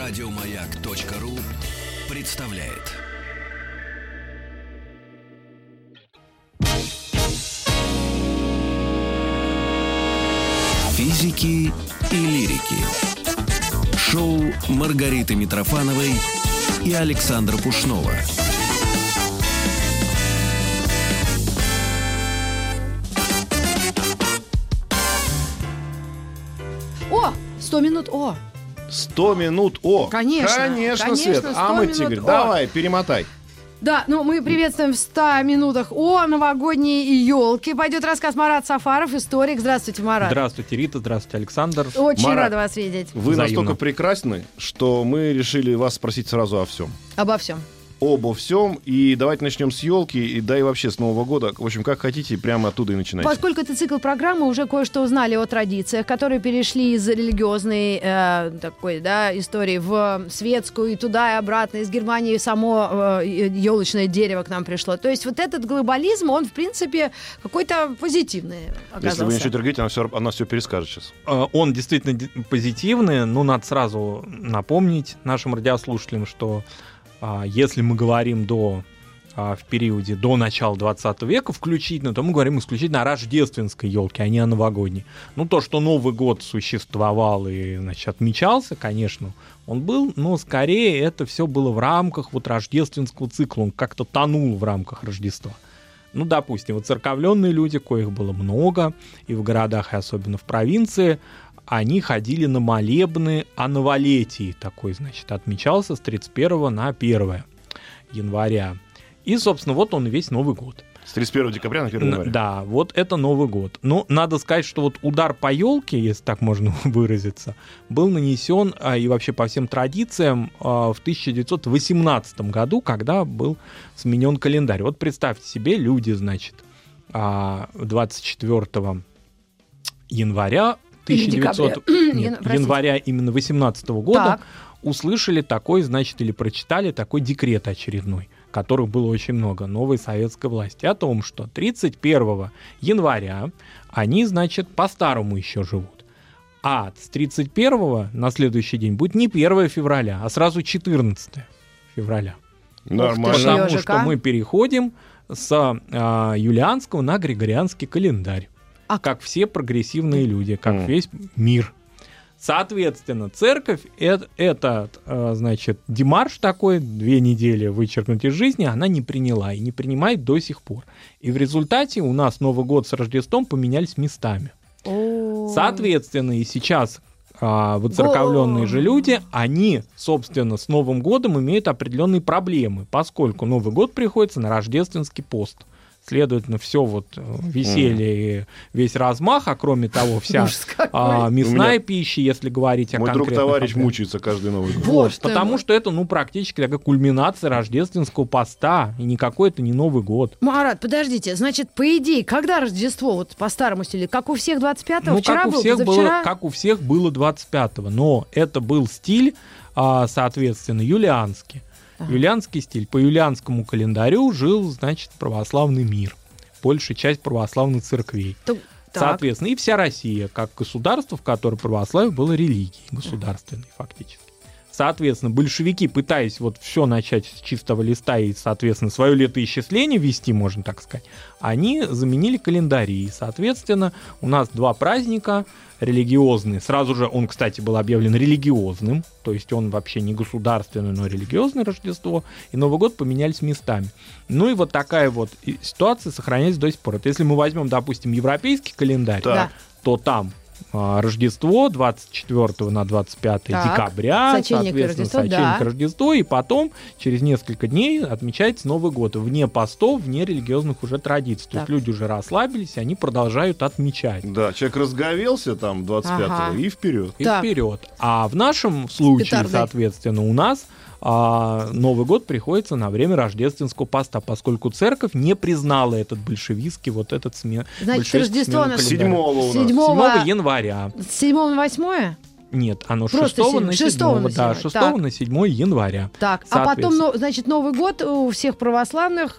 Радиомаяк.ру представляет. Физики и лирики. Шоу Маргариты Митрофановой и Александра Пушнова. О, 100 минут О. 100 минут О. Конечно, Свет. А мы тебе говорим, давай, перемотай. Да, ну мы приветствуем в 100 минутах о новогодней елке. Пойдет рассказ Марат Сафаров, историк. Здравствуйте, Марат. Здравствуйте, Рита, здравствуйте, Александр. Очень Марат, рада вас видеть. Вы Взаимно. настолько прекрасны, что мы решили вас спросить сразу о всем. Обо всем. Обо всем. И давайте начнем с елки, и да и вообще с Нового года. В общем, как хотите, прямо оттуда и начинайте. Поскольку это цикл программы, уже кое-что узнали о традициях, которые перешли из религиозной такой, да, истории в светскую, и туда, и обратно, из Германии само елочное дерево к нам пришло. То есть вот этот глобализм, он, в принципе, какой-то позитивный оказался. Если вы ничего не говорите, она все перескажет сейчас. Он действительно позитивный, но надо сразу напомнить нашим радиослушателям, что если мы говорим в периоде до начала 20 века включительно, то мы говорим исключительно о рождественской елке, а не о новогодней. Ну, то, что Новый год существовал и, значит, отмечался, конечно, он был, но скорее это все было в рамках вот рождественского цикла, он как-то тонул в рамках Рождества. Ну, допустим, вот церковленные люди, коих было много, и в городах, и особенно в провинции, они ходили на молебны о новолетии, такой, значит, отмечался с 31 на 1 января. И, собственно, вот он и весь Новый год. С 31 декабря на 1 января. Да, вот это Новый год. Но надо сказать, что вот удар по елке, если так можно выразиться, был нанесен и вообще по всем традициям в 1918 году, когда был сменен календарь. Вот представьте себе, люди, значит, 24 января января именно 18 года услышали такой, значит, или прочитали такой декрет очередной, которых было очень много, новой советской власти, о том, что 31 января они, значит, по-старому еще живут. А с 31 на следующий день будет не 1 февраля, а сразу 14 февраля. Нормально. Потому что мы переходим с юлианского на григорианский календарь. Как все прогрессивные люди, как весь мир. Соответственно, церковь этот, значит, демарш такой, 2 недели вычеркнуть из жизни, она не приняла и не принимает до сих пор. И в результате у нас Новый год с Рождеством поменялись местами. Соответственно, и сейчас выцерковленные же люди, они, собственно, с Новым годом имеют определенные проблемы, поскольку Новый год приходится на рождественский пост. Следовательно, все вот веселье и весь размах, а кроме того, вся мясная пища, если говорить о конкретных... Мой друг-товарищ мучается каждый Новый год. Вот, потому что это, практически такая кульминация рождественского поста, и никакой это не Новый год. Марат, подождите, значит, по идее, когда Рождество, вот по старому стилю, как у всех 25-го, вчера был, позавчера? Как у всех было 25-го, но это был стиль, соответственно, юлианский. Юлианский стиль. По юлианскому календарю жил, значит, православный мир. Большая часть православных церквей. Соответственно, и вся Россия, как государство, в котором православие было религией государственной фактически. Соответственно, большевики, пытаясь вот все начать с чистого листа и, соответственно, свое летоисчисление вести, можно так сказать, они заменили календари. И, соответственно, у нас 2 праздника религиозные. Сразу же он, кстати, был объявлен религиозным, то есть он вообще не государственный, но религиозное Рождество, и Новый год поменялись местами. Ну и вот такая вот ситуация сохраняется до сих пор. Это если мы возьмем, допустим, европейский календарь, то там Рождество 24 на 25 декабря, соответственно, сочельник Рождество, и потом через несколько дней отмечается Новый год вне постов, вне религиозных уже традиций. То есть люди уже расслабились, и они продолжают отмечать. Да, человек разговелся там 25-го и вперед. И вперед. А в нашем случае, соответственно, у нас Новый год приходится на время рождественского поста, поскольку церковь не признала этот большевистский вот этот Значит, Рождество у нас 7 января. С 7 на 8? Нет, оно 6 Просто на 7, 6 на 7, да, 6 так. на 7 января. Так, а потом, значит, Новый год у всех православных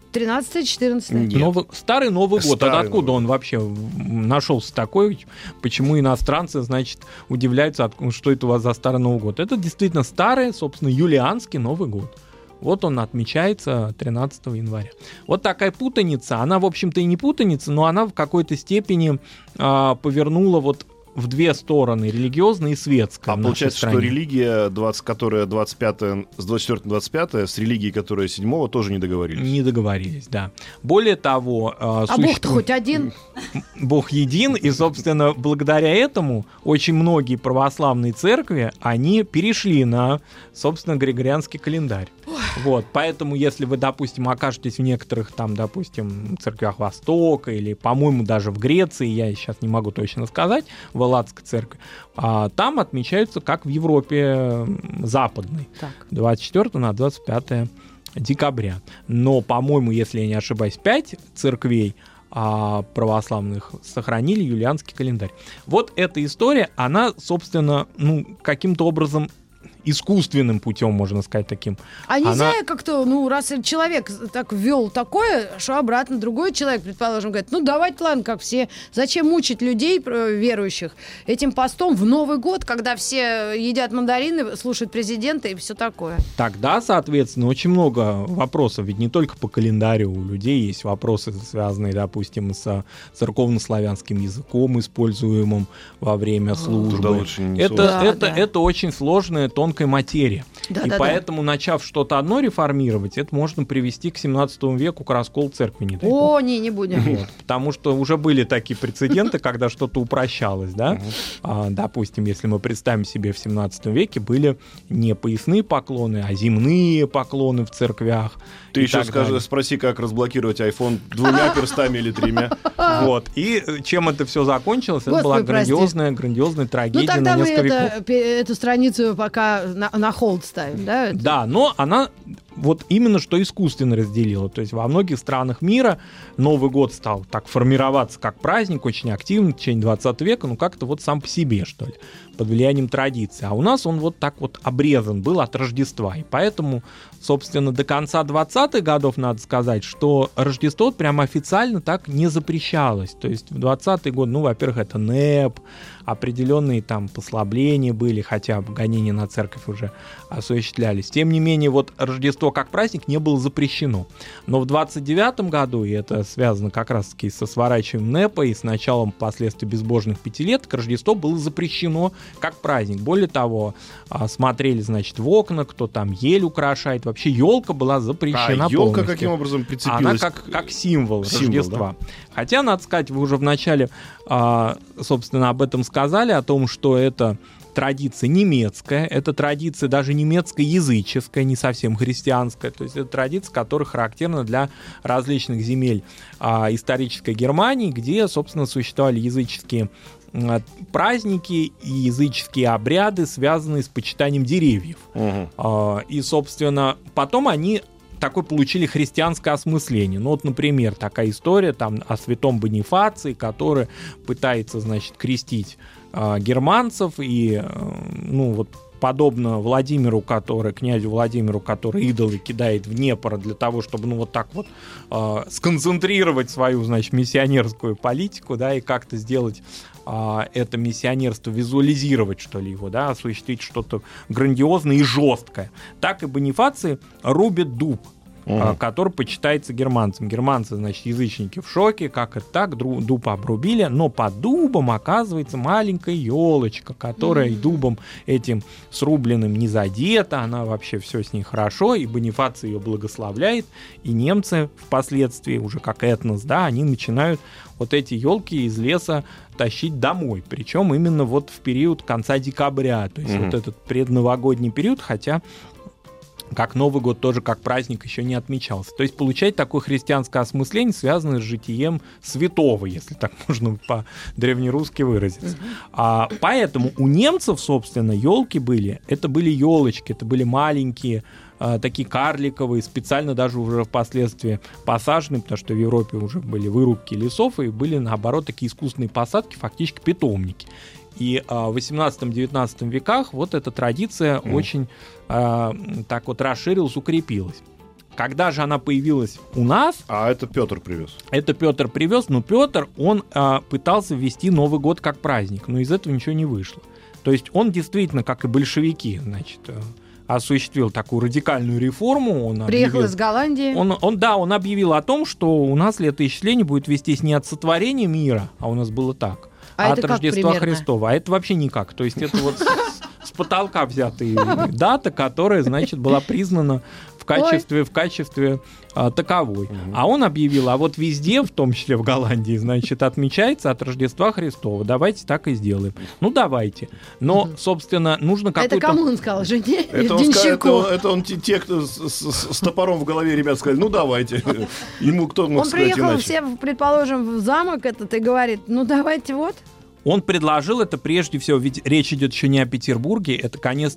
13-14. Старый Новый год. Старый Откуда Новый он вообще нашелся такой? Почему иностранцы, значит, удивляются, что это у вас за Старый Новый год? Это действительно старый, собственно, юлианский Новый год. Вот он отмечается 13 января. Вот такая путаница. Она, в общем-то, и не путаница, но она в какой-то степени повернула вот в две стороны, религиозная и светская. А получается, что религия, которая 25 с 24 на 25, с религией, которая 7 тоже не договорились. Не договорились, да. Более того... Бог-то хоть один? Бог един, и, собственно, благодаря этому очень многие православные церкви, они перешли на, собственно, григорианский календарь. Вот, поэтому, если вы, допустим, окажетесь в некоторых там, допустим, церквях Востока или, по-моему, даже в Греции, я сейчас не могу точно сказать, в Элладской церкви, там отмечаются как в Европе западной. Так. 24 на 25 декабря. Но, по-моему, если я не ошибаюсь, 5 церквей православных сохранили юлианский календарь. Вот эта история, она, собственно, каким-то образом искусственным путем, можно сказать, таким. А нельзя как-то, раз человек так ввел такое, что обратно другой человек, предположим, говорит, давайте, ладно, как все, зачем мучить людей верующих этим постом в Новый год, когда все едят мандарины, слушают президента и все такое? Тогда, соответственно, очень много вопросов, ведь не только по календарю у людей есть вопросы, связанные, допустим, с церковнославянским языком, используемым во время службы. Это очень сложная, тонкая материя. Поэтому, начав что-то одно реформировать, это можно привести к 17 веку, к расколу церкви. Не будем. Вот, потому что уже были такие прецеденты, когда что-то упрощалось. Да? Допустим, если мы представим себе в 17 веке, были не поясные поклоны, а земные поклоны в церквях. Ты еще спроси, как разблокировать iPhone 2 перстами или 3. Вот. И чем это все закончилось? Это была грандиозная трагедия. Тогда мы эту страницу пока на холд ставим, да? Да, но она вот именно что искусственно разделила. То есть во многих странах мира Новый год стал так формироваться как праздник, очень активно в течение 20 века, как-то вот сам по себе, что ли, под влиянием традиции. А у нас он вот так вот обрезан был от Рождества. И поэтому, собственно, до конца 20-х годов, надо сказать, что Рождество прямо официально так не запрещалось. То есть в 20-й год, во-первых, это НЭП, определенные там послабления были, хотя гонения на церковь уже осуществлялись. Тем не менее, вот Рождество как праздник не было запрещено. Но в 29-м году, и это связано как раз-таки со сворачиванием НЭПа и с началом впоследствии безбожных пятилеток, Рождество было запрещено как праздник. Более того, смотрели, значит, в окна, кто там ель украшает. Вообще елка была запрещена полностью. Елка каким образом прицепилась? Она как символ Рождества. Да? Хотя, надо сказать, вы уже в начале, собственно, об этом сказали, о том, что это традиция немецкая, это традиция даже немецко-языческая, не совсем христианская, то есть это традиция, которая характерна для различных земель исторической Германии, где, собственно, существовали языческие праздники и языческие обряды, связанные с почитанием деревьев. И, собственно, потом они такое получили христианское осмысление. Например, такая история там о святом Бонифации, который пытается, значит, крестить германцев и, подобно Владимиру, князю Владимиру, который идолы кидает в Днепр для того, чтобы, сконцентрировать свою, значит, миссионерскую политику, да, и как-то сделать это миссионерство, визуализировать, что ли, его, да, осуществить что-то грандиозное и жесткое. Так и Бонифаций рубит дуб, который почитается германцам. Германцы, значит, язычники в шоке, как это так, дуб обрубили, но под дубом оказывается маленькая елочка, которая дубом этим срубленным не задета, она вообще все с ней хорошо, и Бонифаций ее благословляет, и немцы впоследствии, уже как этнос, да, они начинают вот эти елки из леса тащить домой, причем именно вот в период конца декабря, то есть вот этот предновогодний период, хотя как Новый год тоже как праздник еще не отмечался. То есть получать такое христианское осмысление, связанное с житием святого, если так можно по-древнерусски выразиться. Поэтому у немцев, собственно, елки были, это были елочки, это были маленькие, такие карликовые, специально даже уже впоследствии посаженные, потому что в Европе уже были вырубки лесов, и были, наоборот, такие искусственные посадки, фактически питомники. И в 18-19 веках вот эта традиция очень так вот расширилась, укрепилась. Когда же она появилась у нас... А это Петр привез. Это Петр привез, но Петр, он пытался ввести Новый год как праздник, но из этого ничего не вышло. То есть он действительно, как и большевики, значит, осуществил такую радикальную реформу. Он Приехал объявил, из Голландии. Он объявил о том, что у нас летоисчисление будет вестись не от сотворения мира, а у нас было так, а от Рождества Христова. А это вообще никак. То есть это вот с потолка взятая дата, которая, значит, была признана в качестве таковой. А он объявил, а вот везде, в том числе в Голландии, значит, отмечается от Рождества Христова. Давайте так и сделаем. Ну, давайте. Но, собственно, нужно какую-то... Это кому он сказал? Жене? Это он те, кто с топором в голове, ребят, сказали, ну, давайте. Ему кто мог сказать иначе? Он приехал, предположим, в замок этот и говорит, ну, давайте вот. Он предложил это прежде всего, ведь речь идет еще не о Петербурге, это конец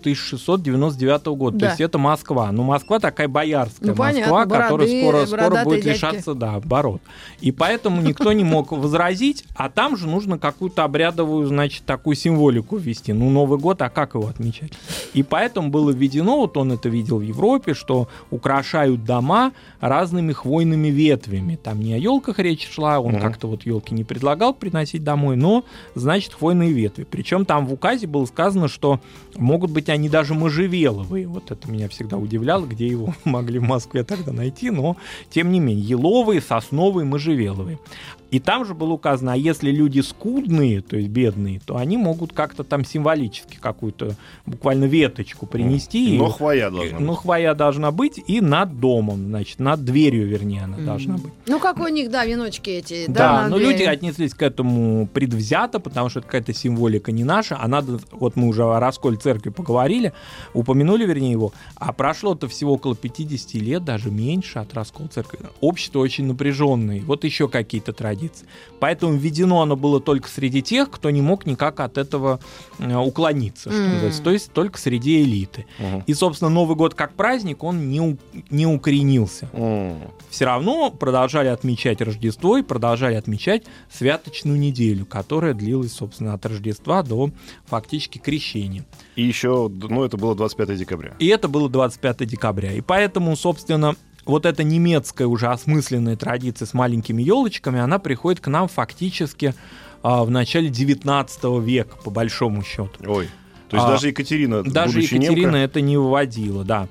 1699 года, да. То есть это Москва. Но Москва такая боярская, Москва, бороды, которая скоро будет дядьки. лишаться бород. И поэтому никто не мог возразить, а там же нужно какую-то обрядовую, значит, такую символику ввести. Ну, Новый год, а как его отмечать? И поэтому было введено, вот он это видел в Европе, что украшают дома разными хвойными ветвями. Там не о елках речь шла, он как-то вот елки не предлагал приносить домой, но значит, хвойные ветви. Причем там в указе было сказано, что могут быть они даже можжевеловые. Вот это меня всегда удивляло, где его могли в Москве тогда найти, но тем не менее, еловые, сосновые, можжевеловые. И там же было указано, а если люди скудные, то есть бедные, то они могут как-то там символически какую-то буквально веточку принести. Но хвоя должна быть. Ну, хвоя должна быть и над домом, значит, над дверью, вернее, она должна быть. Ну, как у них, да, веночки эти. Да, но люди отнеслись к этому предвзято, потому что это какая-то символика не наша, а надо, вот мы уже о расколе церкви поговорили, упомянули, вернее, его, а прошло-то всего около 50 лет, даже меньше от раскола церкви. Общество очень напряженное, вот еще какие-то традиции. Поэтому введено оно было только среди тех, кто не мог никак от этого уклониться, что называется, то есть только среди элиты. И, собственно, Новый год как праздник, он не укоренился. Все равно продолжали отмечать Рождество и продолжали отмечать святочную неделю, которая длилась, собственно, от Рождества до фактически крещения. И еще, ну, это было 25 декабря. И это было 25 декабря. И поэтому, собственно, вот эта немецкая уже осмысленная традиция с маленькими елочками, она приходит к нам фактически в начале 19 века, по большому счету. Ой. То есть даже Екатерина, даже Екатерина немка... это не выводила, да.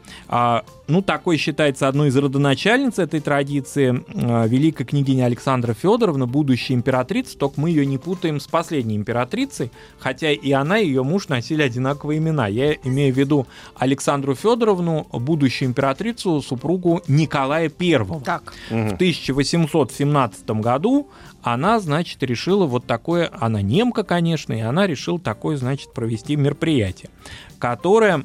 Ну, такой считается одной из родоначальниц этой традиции великая княгиня Александра Федоровна, будущая императрица, только мы ее не путаем с последней императрицей, хотя и она, и ее муж носили одинаковые имена. Я имею в виду Александру Федоровну, будущую императрицу, супругу Николая I. Так. В 1817 году она, значит, решила вот такое, она немка, конечно, и она решила такое, значит, провести мероприятие, которое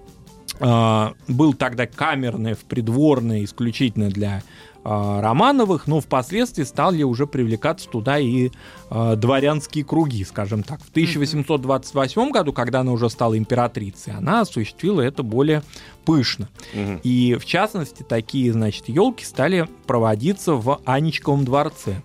было тогда камерное, придворное, исключительно для Романовых, но впоследствии стали уже привлекаться туда и дворянские круги, скажем так. В 1828 году, когда она уже стала императрицей, она осуществила это более пышно. И, в частности, такие, значит, елки стали проводиться в Анечковом дворце.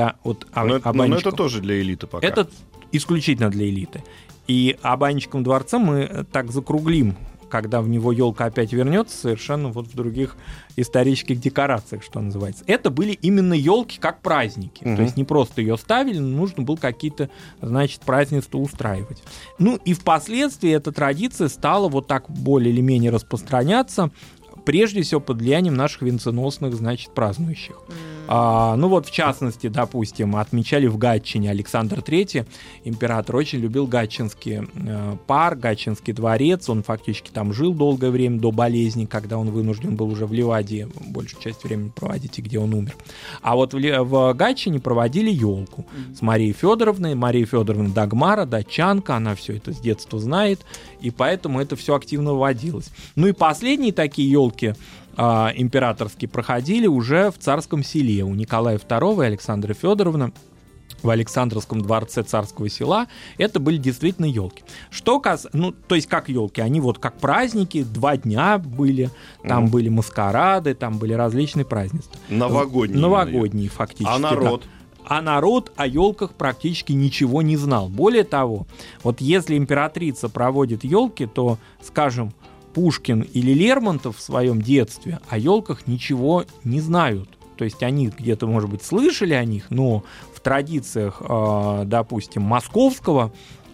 Но это тоже для элиты пока. Это исключительно для элиты. И об Анечковом дворце мы так закруглим, когда в него елка опять вернется, совершенно вот в других исторических декорациях, что называется. Это были именно елки как праздники. То есть не просто ее ставили, но нужно было какие-то, значит, празднества устраивать. Ну и впоследствии эта традиция стала вот так более или менее распространяться, прежде всего под влиянием наших венценосных, значит, празднующих. Ну вот, в частности, допустим, отмечали в Гатчине Александр III, император, очень любил Гатчинский парк, Гатчинский дворец, он фактически там жил долгое время до болезни, когда он вынужден был уже в Ливадии большую часть времени проводить, и где он умер. А вот в Гатчине проводили елку с Марией Федоровной. Мария Федоровна Дагмара, датчанка, она все это с детства знает, и поэтому это все активно вводилось. Ну и последние такие елки императорские проходили уже в Царском Селе у Николая II и Александры Федоровны в Александровском дворце Царского Села. Это были действительно елки. То есть как елки, они вот как праздники, 2 дня были, там были маскарады, там были различные празднества. Новогодние. Фактически. А народ? Да. А народ о елках практически ничего не знал. Более того, вот если императрица проводит елки, то, скажем, Пушкин или Лермонтов в своем детстве о елках ничего не знают. То есть они где-то, может быть, слышали о них, но в традициях, допустим, московской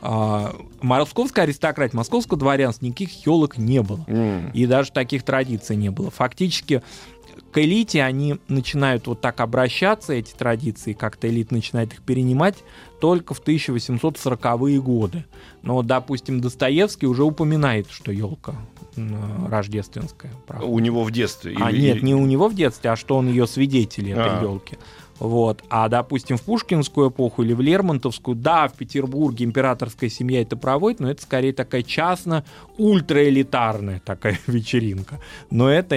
аристократии, московского дворянства никаких елок не было. И даже таких традиций не было. Фактически к элите они начинают вот так обращаться, эти традиции, как-то элита начинает их перенимать только в 1840-е годы. Но, допустим, Достоевский уже упоминает, что елка рождественская. Правда. У него в детстве? Нет, не у него в детстве, а что он ее свидетель этой елки. Вот. А, допустим, в пушкинскую эпоху или в лермонтовскую, да, в Петербурге императорская семья это проводит, но это скорее такая частно-ультраэлитарная такая вечеринка. Но это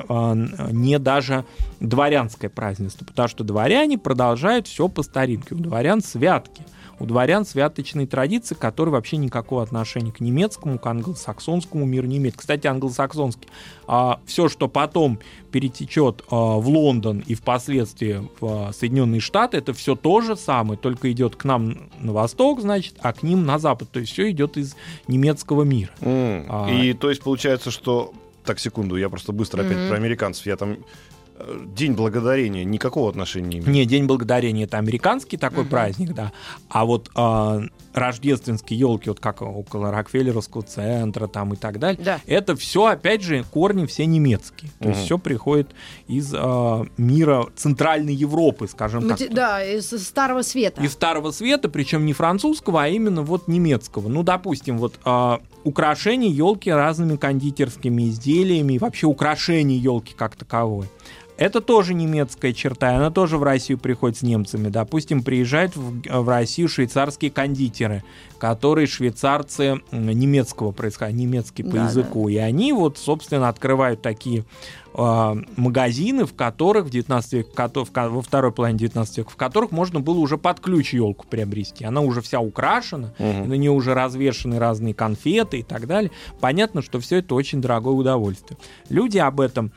не даже дворянское празднество, потому что дворяне продолжают все по старинке. У дворян святки. У дворян святочные традиции, которые вообще никакого отношения к немецкому, к англосаксонскому миру не имеют. Кстати, англосаксонский. Все, что потом перетечет в Лондон и впоследствии в Соединенные Штаты, это все то же самое, только идет к нам на восток, значит, а к ним на запад. То есть все идет из немецкого мира. И то есть получается, что... Так, секунду, я просто быстро опять про американцев. Я там... День Благодарения никакого отношения не имеет? Нет, День Благодарения — это американский такой праздник, да. А вот рождественские елки, вот как около Рокфеллеровского центра там и так далее, да. Это все, опять же, корни все немецкие. То есть все приходит из мира Центральной Европы, скажем так. Да, из Старого Света. Из Старого Света, причем не французского, а именно вот немецкого. Ну, допустим, вот украшение елки разными кондитерскими изделиями, вообще украшение елки как таковой. Это тоже немецкая черта, она тоже в Россию приходит с немцами. Допустим, приезжают в Россию швейцарские кондитеры, которые швейцарцы немецкого происхождения, немецкие по языку. Да. И они вот, собственно, открывают такие магазины, в которых в 19 веке, во второй половине 19 века, в которых можно было уже под ключ елку приобрести. Она уже вся украшена, на нее уже развешаны разные конфеты и так далее. Понятно, что все это очень дорогое удовольствие. Люди об этом,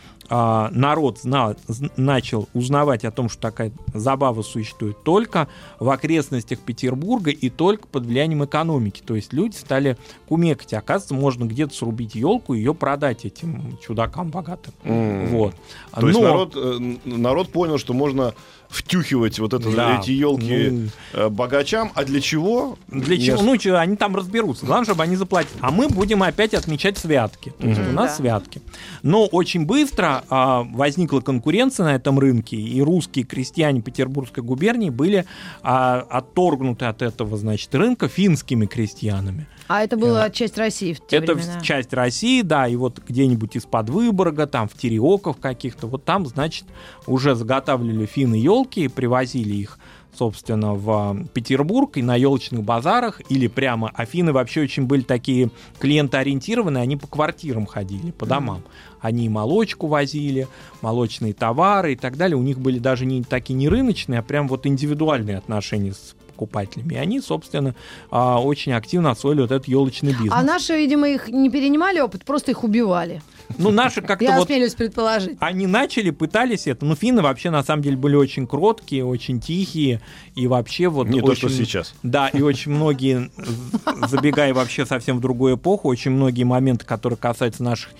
народ начал узнавать о том, что такая забава существует только в окрестностях Петербурга и только под влиянием экономики. То есть люди стали кумекать. Оказывается, можно где-то срубить елку и ее продать этим чудакам богатым. Вот. То есть народ понял, что можно втюхивать вот эти елки богачам. А для чего? Для чего? Ну, они там разберутся. Главное, чтобы они заплатили. А мы будем опять отмечать святки. То есть у нас святки. Но очень быстро возникла конкуренция на этом рынке, и русские крестьяне Петербургской губернии были отторгнуты от этого, значит, рынка финскими крестьянами. А это была часть России в те времена? Это часть России, да, и вот где-нибудь из-под Выборга, там в Тереоках каких-то, вот там, значит, уже заготавливали финны елки и привозили их, собственно, в Петербург и на елочных базарах, или прямо, Афины вообще очень были такие клиентоориентированные, они по квартирам ходили, по домам. Они и молочку возили, молочные товары и так далее. У них были даже не такие не рыночные, а прям вот индивидуальные отношения с покупателями. И они, собственно, очень активно освоили вот этот елочный бизнес. А наши, видимо, их не перенимали опыт, просто их убивали. Ну, наши как-то я осмелюсь предположить. Они начали, пытались это. Ну, финны вообще, на самом деле, были очень кроткие, очень тихие. И вообще вот... Не то, что сейчас. Да, и очень многие, забегая вообще совсем в другую эпоху, очень многие моменты, которые касаются наших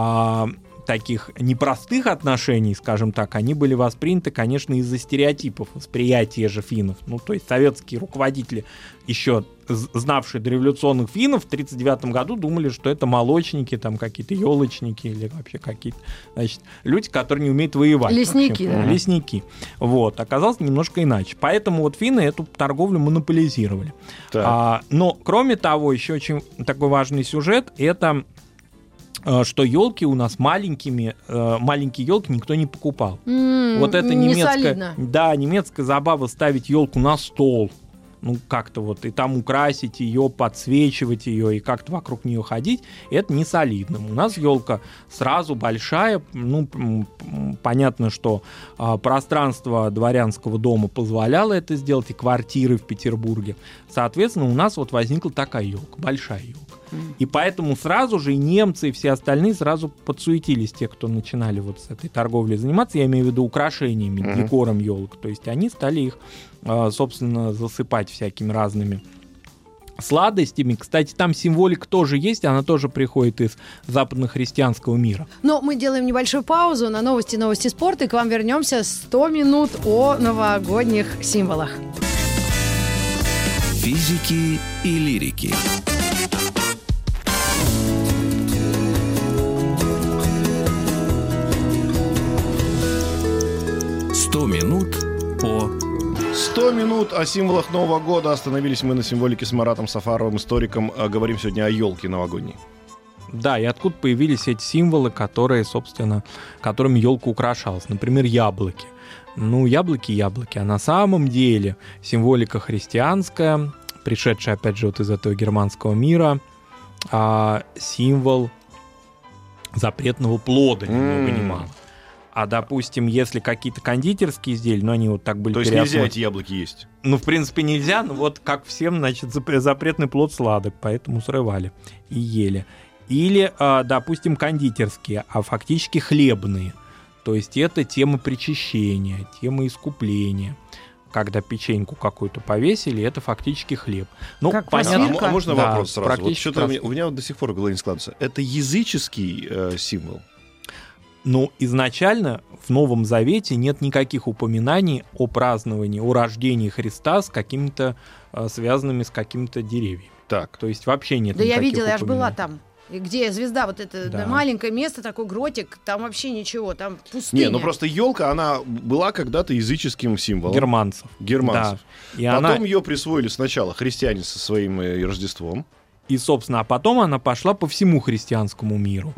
таких непростых отношений, скажем так, они были восприняты, конечно, из-за стереотипов восприятия же финнов. Ну, то есть советские руководители, еще знавшие дореволюционных финнов, в 1939 году думали, что это молочники, там какие-то елочники или вообще какие-то, значит, люди, которые не умеют воевать. Лесники, вообще, да. Лесники. Вот. Оказалось немножко иначе. Поэтому вот финны эту торговлю монополизировали. Но, кроме того, еще очень такой важный сюжет — это что елки у нас маленькие елки никто не покупал. Вот это немецкая забава ставить елку на стол. Ну, как-то вот, и там украсить ее, подсвечивать ее, и как-то вокруг нее ходить, это не солидно. У нас елка сразу большая, ну, понятно, что пространство дворянского дома позволяло это сделать, и квартиры в Петербурге. Соответственно, у нас вот возникла такая елка, большая елка. И поэтому сразу же и немцы, и все остальные сразу подсуетились, те, кто начинали вот с этой торговлей заниматься, я имею в виду украшениями, декором елок. То есть они стали их собственно, засыпать всякими разными сладостями. Кстати, там символика тоже есть, она тоже приходит из западно-христианского мира. Но мы делаем небольшую паузу на новости спорта, и к вам вернемся 100 минут о новогодних символах. Физики и лирики. Минут о... 100 минут о символах Нового года. Остановились мы на символике с Маратом Сафаровым, историком. Говорим сегодня о елке новогодней. Да, и откуда появились эти символы, которые, собственно, которыми елка украшалась. Например, яблоки. Ну, яблоки, а на самом деле символика христианская, пришедшая, опять же, вот из этого германского мира, символ запретного плода, ни много ни мало. А, допустим, если какие-то кондитерские изделия, ну, они вот так были переосмыслены. То есть нельзя эти яблоки есть? Ну, в принципе, нельзя, но вот как всем, значит, запретный плод сладок, поэтому срывали и ели. Или, допустим, кондитерские, а фактически хлебные. То есть это тема причащения, тема искупления. Когда печеньку какую-то повесили, это фактически хлеб. Ну, как понятно. А можно вопрос сразу? Вот что-то у меня вот до сих пор в голове не складывается. Это языческий символ? Ну, изначально в Новом Завете нет никаких упоминаний о праздновании, о рождении Христа с какими-то связанными с какими-то деревьями. Так. То есть вообще нет никаких упоминаний. Да, я видела, я же была там. Где звезда, вот это маленькое место, такой гротик, там вообще ничего, там пустыня. Не, ну просто елка, она была когда-то языческим символом. Германцев. Да. И потом ее присвоили сначала христиане со своим Рождеством. И, собственно, а потом она пошла по всему христианскому миру.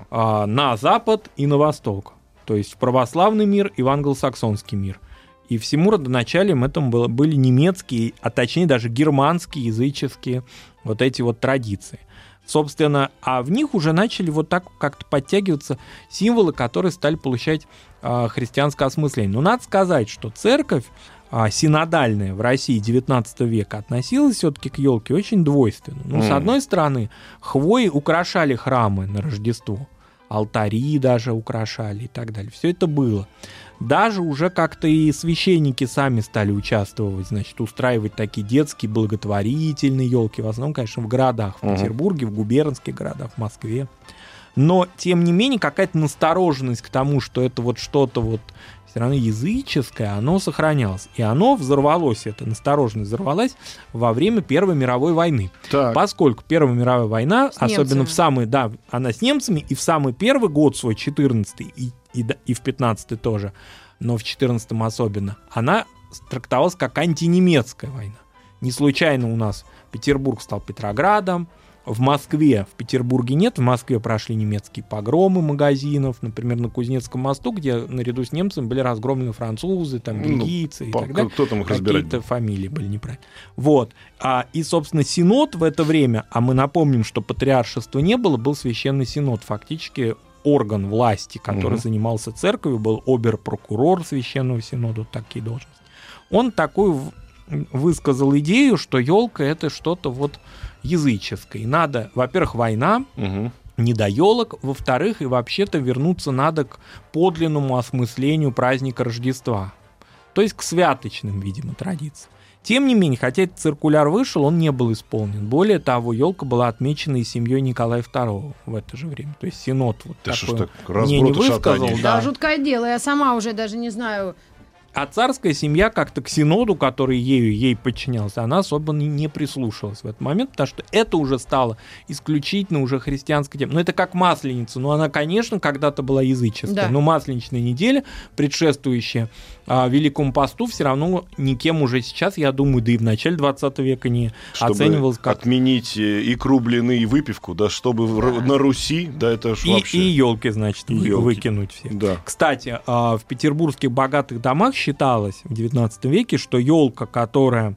На запад и на восток. То есть в православный мир и в англосаксонский мир. И всему родоначалием этому были немецкие, а точнее даже германские, языческие вот эти вот традиции. Собственно, а в них уже начали вот так как-то подтягиваться символы, которые стали получать христианское осмысление. Но надо сказать, что церковь синодальная в России XIX века относилась все-таки к елке очень двойственно. Ну, с одной стороны, хвои украшали храмы на Рождество, алтари даже украшали и так далее. Все это было. Даже уже как-то и священники сами стали участвовать, значит, устраивать такие детские благотворительные елки. В основном, конечно, в городах, в Петербурге, в губернских городах, в Москве. Но, тем не менее, какая-то настороженность к тому, что это вот что-то вот все равно языческое, оно сохранялось. И оно взорвалось, эта настороженность взорвалась во время Первой мировой войны. Так. Поскольку Первая мировая война, особенно в самый, да, она с немцами, и в самый первый год свой, 14-й, и в 15-й тоже, но в 14-м особенно, она трактовалась как антинемецкая война. Не случайно у нас Петербург стал Петроградом, в Москве, в Петербурге нет, в Москве прошли немецкие погромы магазинов, например, на Кузнецком мосту, где наряду с немцами были разгромлены французы, там, бельгийцы и так далее. Кто там их разбирает? Какие-то фамилии были неправильно. Вот. И, собственно, синод в это время, а мы напомним, что патриаршества не было, был священный синод, фактически орган власти, который занимался церковью, был обер-прокурор священного синода, вот такие должности. Он такую высказал идею, что елка — это что-то вот языческое. И надо, во-первых, война, не до елок, во-вторых, и вообще-то вернуться надо к подлинному осмыслению праздника Рождества. То есть к святочным, видимо, традициям. Тем не менее, хотя этот циркуляр вышел, он не был исполнен. Более того, елка была отмечена и семьей Николая II в это же время. То есть синод вот такой мне не высказал. Да, жуткое дело. Я сама уже даже не знаю... А царская семья как-то к синоду, который ей подчинялся, она особо не прислушивалась в этот момент, потому что это уже стало исключительно уже христианской темой. Ну, это как Масленица. Ну, она, конечно, когда-то была языческая, да. Но Масленичная неделя, предшествующая Великому посту, все равно никем уже сейчас, я думаю, да и в начале 20 века не чтобы оценивалась как... отменить икру, блины и выпивку, да, чтобы на Руси, да, это ж вообще... И елки, значит, выкинуть все. Да. Кстати, в петербургских богатых домах считалось в 19 веке, что елка, которая,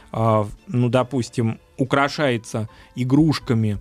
ну, допустим, украшается игрушками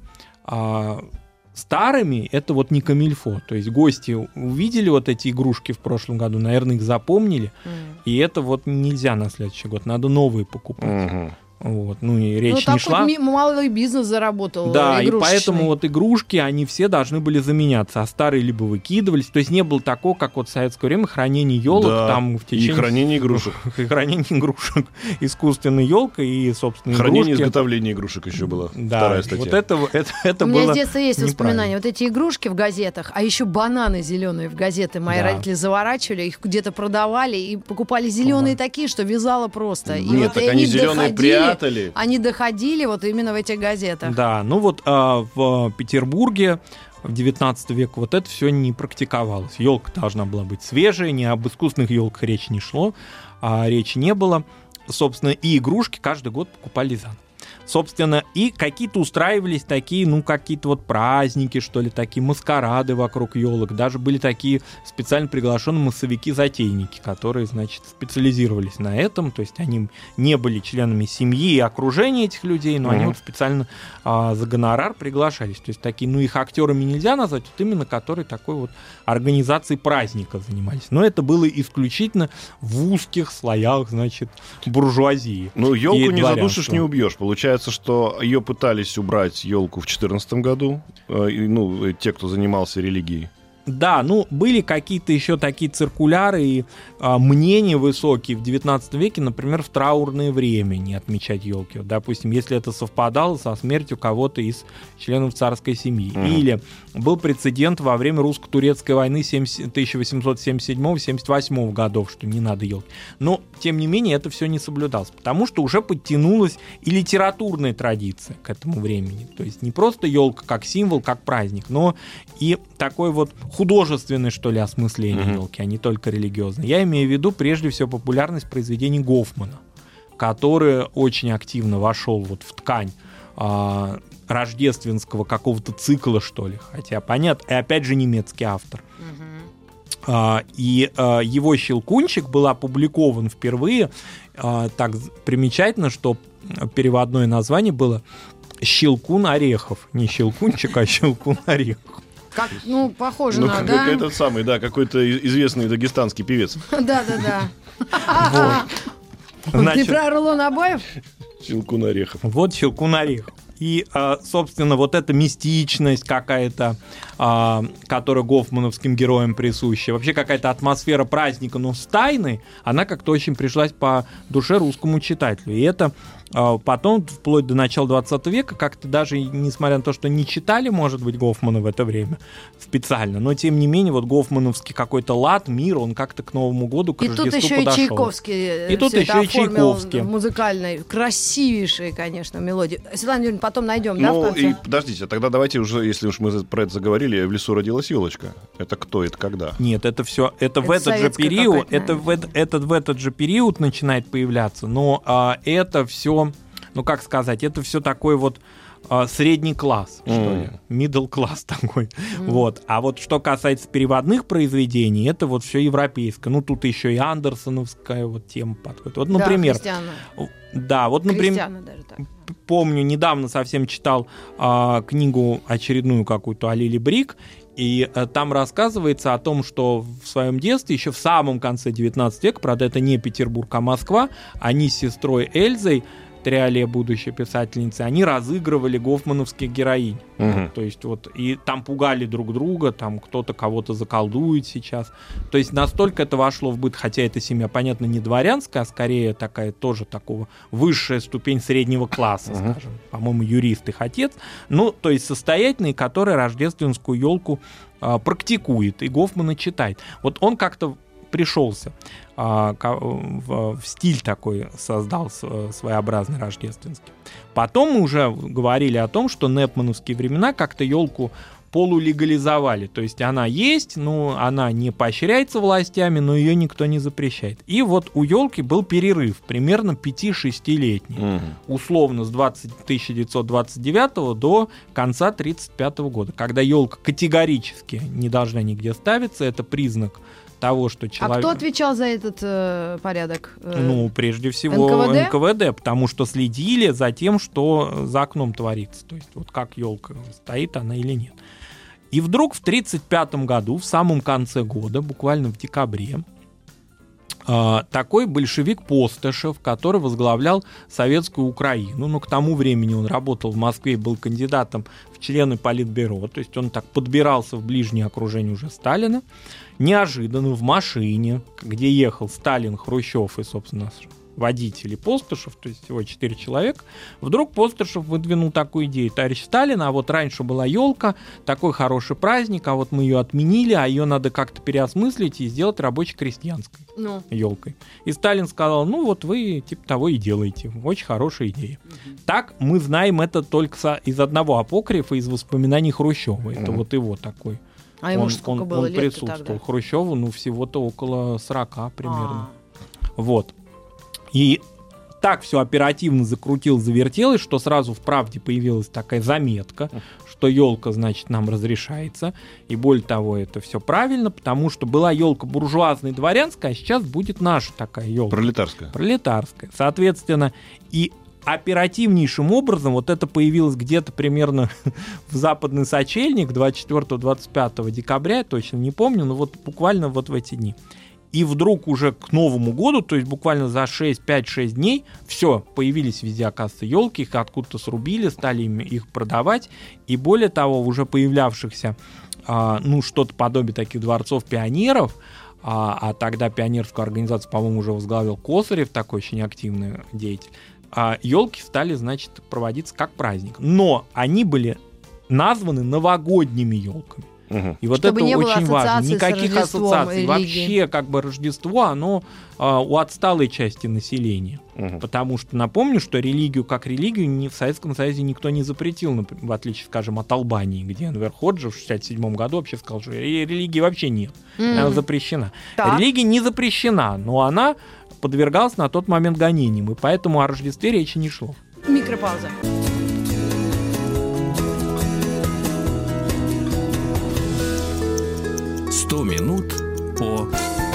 старыми, это вот не камильфо. То есть гости увидели вот эти игрушки в прошлом году, наверное, их запомнили, и это вот нельзя на следующий год, надо новые покупать. Вот, ну и речь не шла. Малый бизнес заработал. Да, и поэтому вот игрушки, они все должны были заменяться, а старые либо выкидывались. То есть не было такого, как вот в советское время хранение елок, да, там в течение... И хранение игрушек. И хранение игрушек. Искусственная елка и, собственно, хранение игрушки. Изготовление игрушек еще было. Да, вторая статья. Вот это было. У меня с детства есть воспоминания. Вот эти игрушки в газетах, а еще бананы зеленые в газеты. Мои родители заворачивали, их где-то продавали и покупали зеленые такие, что вязало просто. Нет, вот так они зеленые прятали. Они доходили вот именно в этих газетах. Да, ну вот в Петербурге в 19 веке вот это все не практиковалось. Елка должна была быть свежая, ни об искусственных елках речи не шло, речи не было. Собственно, и игрушки каждый год покупали заново. Собственно, и какие-то устраивались такие, ну, какие-то вот праздники, что ли, такие маскарады вокруг елок. Даже были такие специально приглашенные массовики-затейники, которые, значит, специализировались на этом. То есть они не были членами семьи и окружения этих людей, но они вот специально за гонорар приглашались. То есть такие, ну, их актерами нельзя назвать, вот именно которые такой вот организацией праздника занимались. Но это было исключительно в узких слоях, значит, буржуазии. Ну, елку не задушишь, не убьешь. Получается, что ее пытались убрать, елку, в 2014 году, ну, те, кто занимался религией. Да, ну, были какие-то еще такие циркуляры и мнения высокие в 19 веке, например, в траурное время не отмечать елки. Вот, допустим, если это совпадало со смертью кого-то из членов царской семьи. Или был прецедент во время русско-турецкой войны 1877-78 годов, что не надо елки. Но, тем не менее, это все не соблюдалось, потому что уже подтянулась и литературная традиция к этому времени. То есть не просто елка как символ, как праздник, но и такой вот художественное, что ли, осмысление елки, а не только религиозное. Я имею в виду, прежде всего, популярность произведений Гофмана, который очень активно вошел вот в ткань рождественского какого-то цикла, что ли. Хотя, понятно, и опять же немецкий автор. И его «Щелкунчик» был опубликован впервые. Так примечательно, что переводное название было «Щелкун Орехов». Не «Щелкунчик», а «Щелкун Орехов». Как, ну, похоже ну, на, как да? этот самый, да, какой-то известный дагестанский певец. Да-да-да. Ты про рулон обоев? Щелкун Орехов. Вот «Щелкун Орехов». И, собственно, вот эта мистичность какая-то, которая гофмановским героям присуща, вообще какая-то атмосфера праздника, но с тайной, она как-то очень пришлась по душе русскому читателю. И это потом, вплоть до начала 20 века, как-то даже, несмотря на то, что не читали, может быть, Гофмана в это время специально, но, тем не менее, вот гофмановский какой-то лад, мир, он как-то к Новому году, к Рождеству подошел. И тут еще и Чайковский. И тут еще и Чайковский. Музыкальный, красивейший, конечно, мелодия. Светлана Юрьевна, потом найдем, да, в Ну, конце? и подождите, тогда давайте уже, если уж мы про это заговорили, «В лесу родилась елочка». Это кто, это когда? Нет, это все, это в этот же период, в этот же период начинает появляться, но это все, ну как сказать, это все такой вот средний класс, что ли, middle класс такой. Вот. А вот что касается переводных произведений, это вот все европейское. Ну тут еще и андерсоновская вот тема подходит. Вот, например, да, вот, например, даже так. Помню, недавно совсем читал книгу очередную какую-то о Лили Брик, и там рассказывается о том, что в своем детстве, еще в самом конце 19 века, правда, это не Петербург, а Москва, они с сестрой Эльзой, Триоле, будущей писательницы, они разыгрывали гофмановских героинь. То есть вот, и там пугали друг друга, там кто-то кого-то заколдует сейчас. То есть настолько это вошло в быт, хотя эта семья, понятно, не дворянская, а скорее такая тоже такого высшая ступень среднего класса, скажем. По-моему, юрист их отец. Ну, то есть состоятельный, который рождественскую елку практикует, и Гофмана читает. Вот он как-то пришелся в стиль такой, создал своеобразный рождественский. Потом мы уже говорили о том, что непмановские времена как-то елку полулегализовали. То есть она есть, но она не поощряется властями, но ее никто не запрещает. И вот у елки был перерыв, примерно 5-6-летний. Условно с 1929 до конца 1935 года, когда елка категорически не должна нигде ставиться. Это признак того, что человек... А кто отвечал за этот порядок? Ну, прежде всего НКВД, потому что следили за тем, что за окном творится. То есть вот как елка, стоит она или нет. И вдруг в 1935 году, в самом конце года, буквально в декабре, такой большевик Постышев, который возглавлял Советскую Украину. Но к тому времени он работал в Москве и был кандидатом в члены Политбюро. То есть он так подбирался в ближнее окружение уже Сталина. Неожиданно в машине, где ехал Сталин, Хрущев и, собственно, водитель и Постышев, то есть всего 4 человека, вдруг Постышев выдвинул такую идею: товарищ Сталин, а вот раньше была елка, такой хороший праздник, а вот мы ее отменили, а ее надо как-то переосмыслить и сделать рабоче-крестьянской елкой. И Сталин сказал: ну вот вы типа того и делаете, очень хорошая идея. Так мы знаем это только из одного апокрифа, из воспоминаний Хрущева. Это вот его такой. А ему сколько было лет присутствовал. тогда? Хрущеву, всего-то около 40 примерно. Вот. И так все оперативно завертелось, что сразу в «Правде» появилась такая заметка, что елка, значит, нам разрешается. И более того, это все правильно, потому что была елка буржуазная и дворянская, а сейчас будет наша такая елка. Пролетарская. Соответственно, и оперативнейшим образом вот это появилось где-то примерно в Западный Сочельник 24-25 декабря, я точно не помню, но вот буквально вот в эти дни. И вдруг уже к Новому году, то есть буквально за 5-6 дней, все, появились везде, оказывается, елки, их откуда-то срубили, стали их продавать. И более того, уже появлявшихся, что-то подобие таких дворцов пионеров, а тогда пионерскую организацию, по-моему, уже возглавил Косарев, такой очень активный деятель, елки стали, значит, проводиться как праздник. Но они были названы новогодними елками. И вот чтобы это очень важно. Никаких ассоциаций. Вообще, как бы Рождество, оно у отсталой части населения. Потому что напомню, что религию как религию в Советском Союзе никто не запретил, в отличие, скажем, от Албании, где Энвер Ходжа в 1967 году вообще сказал, что религии вообще нет. Она запрещена. Так. Религия не запрещена, но она подвергалась на тот момент гонениям, и поэтому о Рождестве речи не шло. Микропауза. Минут по...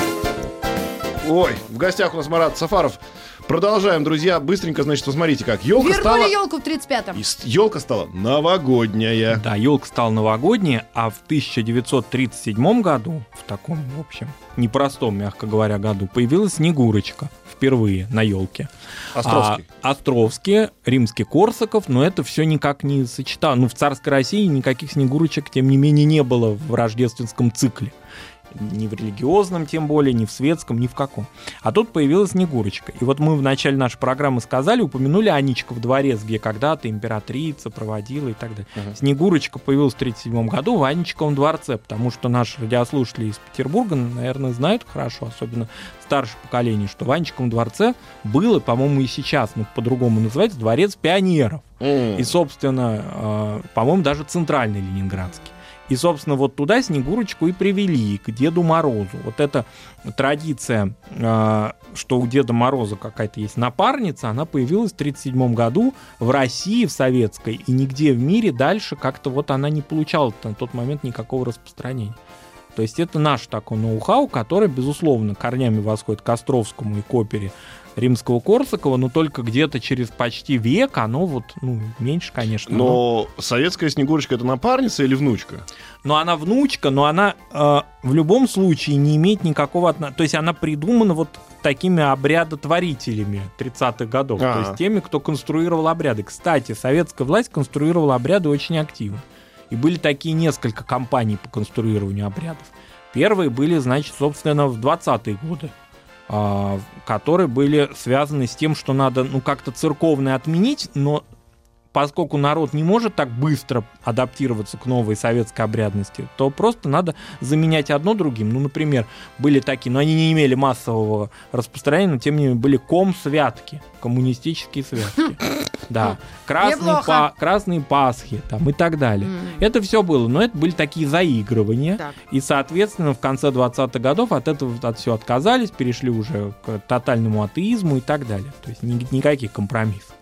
Ой, в гостях у нас Марат Сафаров. Продолжаем, друзья. Быстренько, значит, посмотрите, как елка стала... Вернули елку в 35-м. Елка стала новогодняя. Да, елка стала новогодняя, а в 1937 году, в таком, в общем, непростом, мягко говоря, году, появилась Снегурочка впервые на елке. Островский. Островский, Римский-Корсаков, но это все никак не сочетало. В царской России никаких Снегурочек, тем не менее, не было в рождественском цикле. Ни в религиозном, тем более, ни в светском, ни в каком. А тут появилась Снегурочка. И вот мы в начале нашей программы упомянули Аничков дворец, где когда-то императрица проводила и так далее. Снегурочка появилась в 1937 году в Аничковом дворце, потому что наши радиослушатели из Петербурга, наверное, знают хорошо, особенно старшее поколение, что в Аничковом дворце было, по-моему, и сейчас, по-другому называется, дворец пионеров. И, собственно, по-моему, даже центральный ленинградский. И, собственно, вот туда Снегурочку и привели, к Деду Морозу. Вот эта традиция, что у Деда Мороза какая-то есть напарница, она появилась в 1937 году в России, в советской, и нигде в мире дальше как-то вот она не получала на тот момент никакого распространения. То есть это наш такой ноу-хау, который, безусловно, корнями восходит к Островскому и к опере Римского-Корсакова, но только где-то через почти век оно меньше, конечно. Но советская Снегурочка — это напарница или внучка? Но она внучка, но она в любом случае не имеет никакого отношения. То есть она придумана вот такими обрядотворителями 30-х годов. То есть теми, кто конструировал обряды. Кстати, советская власть конструировала обряды очень активно. И были такие несколько кампаний по конструированию обрядов. Первые были, значит, собственно, в 20-е годы, которые были связаны с тем, что надо, как-то церковное отменить, но поскольку народ не может так быстро адаптироваться к новой советской обрядности, то просто надо заменять одно другим. Например, были такие, но они не имели массового распространения, но тем не менее были ком-святки, коммунистические святки. Да, красные Пасхи и так далее. Это все было, но это были такие заигрывания. И, соответственно, в конце 20-х годов от этого все отказались, перешли уже к тотальному атеизму и так далее. То есть никаких компромиссов.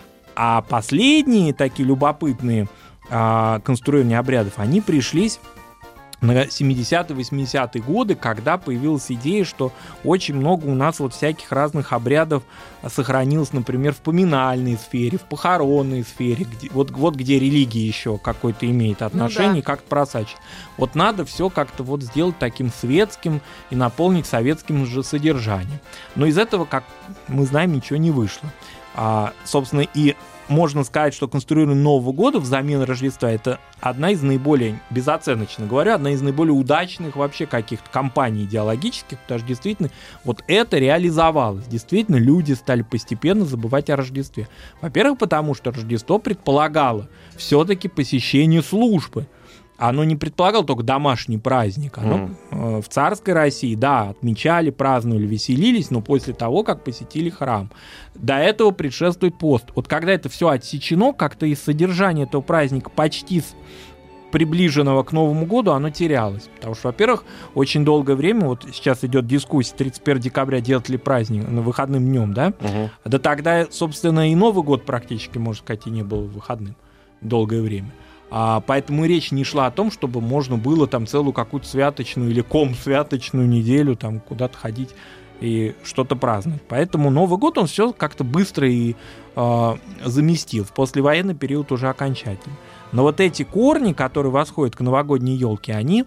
А последние такие любопытные конструирования обрядов, они пришлись на 70-е, 80-е годы, когда появилась идея, что очень много у нас вот всяких разных обрядов сохранилось, например, в поминальной сфере, в похоронной сфере, вот где религия еще какое-то имеет отношение, как-то просачивается. Вот надо все как-то вот сделать таким светским и наполнить советским же содержанием. Но из этого, как мы знаем, ничего не вышло. Собственно, и можно сказать, что конструирование Нового года взамен Рождества — это одна из наиболее, безоценочно говорю, одна из наиболее удачных вообще каких-то кампаний идеологических, потому что действительно вот это реализовалось. Действительно, люди стали постепенно забывать о Рождестве. Во-первых, потому что Рождество предполагало все-таки посещение службы. Оно не предполагало только домашний праздник. Оно в царской России, да, отмечали, праздновали, веселились, но после того, как посетили храм. До этого предшествует пост. Вот когда это все отсечено, как-то из содержания этого праздника почти приближенного к Новому году, оно терялось. Потому что, во-первых, очень долгое время, вот сейчас идет дискуссия, 31 декабря делать ли праздник на выходным днем, да? Да тогда, собственно, и Новый год практически, можно сказать, и не был выходным долгое время. Поэтому речь не шла о том, чтобы можно было там целую какую-то святочную или святочную неделю там куда-то ходить и что-то праздновать. Поэтому Новый год он все как-то быстро и заместил. В послевоенный период уже окончательно. Но вот эти корни, которые восходят к новогодней елке, они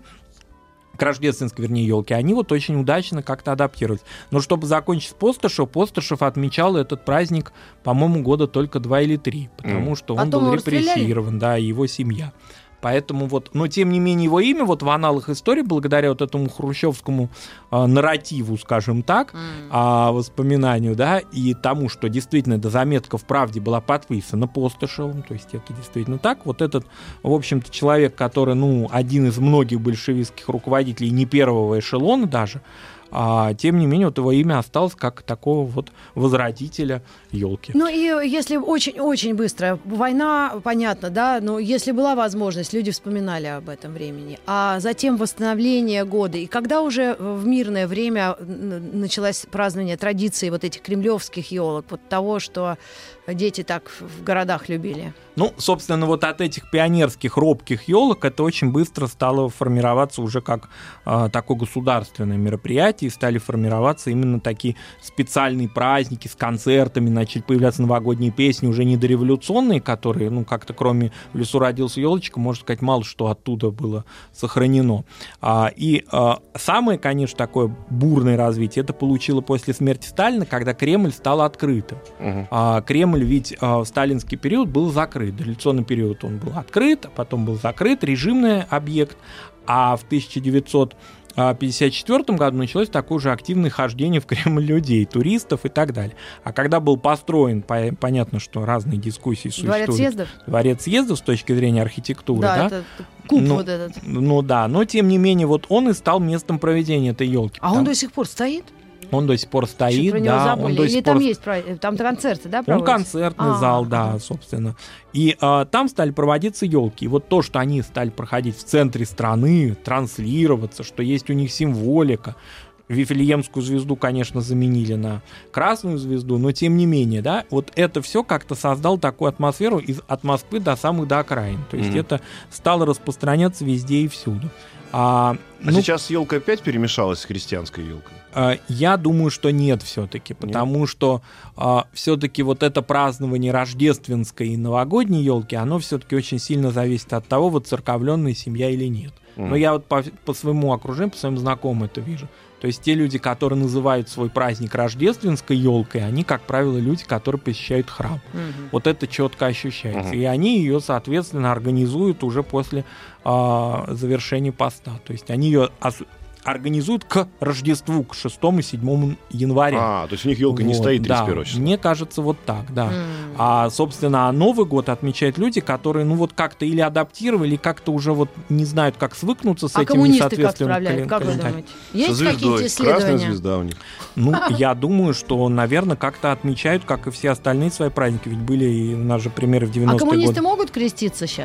к рождественской, вернее, елке, они вот очень удачно как-то адаптировались. Но чтобы закончить с Постышев отмечал этот праздник, по-моему, года только 2 или 3, потому что он был репрессирован, да, и его семья. Поэтому вот, но тем не менее его имя вот в аналах истории, благодаря вот этому хрущевскому нарративу, скажем так, воспоминанию, да, и тому, что действительно эта заметка в «Правде» была подписана Постышевым, то есть это действительно так. Вот этот, в общем-то, человек, который, один из многих большевистских руководителей, не первого эшелона даже, тем не менее, вот его имя осталось как такого вот возродителя елки. Ну и если очень-очень быстро, война, понятно, да, но если была возможность, люди вспоминали об этом времени, а затем восстановление года, и когда уже в мирное время началось празднование традиции вот этих кремлевских елок, вот того, что дети так в городах любили? Собственно, вот от этих пионерских робких елок это очень быстро стало формироваться уже как такое государственное мероприятие, и стали формироваться именно такие специальные праздники с концертами, начали появляться новогодние песни, уже не дореволюционные, которые, как-то кроме «В лесу родился елочка», можно сказать, мало что оттуда было сохранено. И самое, конечно, такое бурное развитие это получило после смерти Сталина, когда Кремль стал открытым. Кремль ведь в сталинский период был закрыт. Дореволюционный период он был открыт, а потом был закрыт, режимный объект, а в 1954 году началось такое же активное хождение в Кремль людей, туристов и так далее. А когда был построен, понятно, что разные дискуссии существуют. Дворец съездов с точки зрения архитектуры. Да, это куб вот этот. Но тем не менее, вот он и стал местом проведения этой елки. А он до сих пор стоит? Он до сих пор стоит, да. Он до сих пор... там есть, там концерты, да, проводятся? Он концертный зал, да, собственно. И там стали проводиться елки. И вот то, что они стали проходить в центре страны, транслироваться, что есть у них символика. Вифлеемскую звезду, конечно, заменили на красную звезду, но тем не менее, да, вот это все как-то создало такую атмосферу от Москвы до окраин. То есть это стало распространяться везде и всюду. Сейчас елка опять перемешалась с христианской елкой? Я думаю, что нет все-таки, потому что все-таки вот это празднование рождественской и новогодней елки, оно все-таки очень сильно зависит от того, воцерковленная семья или нет. Но я вот по своему окружению, по своим знакомым это вижу. То есть те люди, которые называют свой праздник рождественской елкой, они, как правило, люди, которые посещают храм. Вот это четко ощущается. И они ее, соответственно, организуют уже после завершения поста. То есть они ее организуют к Рождеству, к 6 и 7 января. То есть у них елка не стоит 31 числа. Мне кажется, вот так, да. Собственно, Новый год отмечают люди, которые, как-то или адаптировали, или как-то уже вот не знают, как свыкнуться с этим несоответственным календарем. Как вы думаете? Есть звездой, какие-то исследования? Красная звезда у них. Я думаю, что, наверное, как-то отмечают, как и все остальные свои праздники. Ведь были и у нас же примеры в 90-е годы. А коммунисты могут креститься сейчас?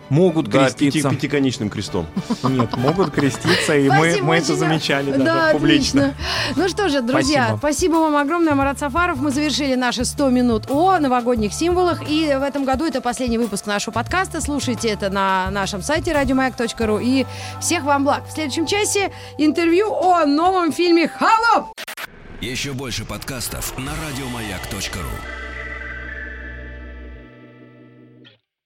могут Да, креститься. пятиконечным крестом. Нет, могут креститься, и мы Спасибо это очень. замечали даже Да, публично. отлично. Ну что же, друзья, спасибо вам огромное, Марат Сафаров. Мы завершили наши 100 минут о новогодних символах. И в этом году это последний выпуск нашего подкаста. Слушайте это на нашем сайте radiomayak.ru. И всех вам благ. В следующем часе интервью о новом фильме «Холоп». Еще больше подкастов на радиомаяк.ру.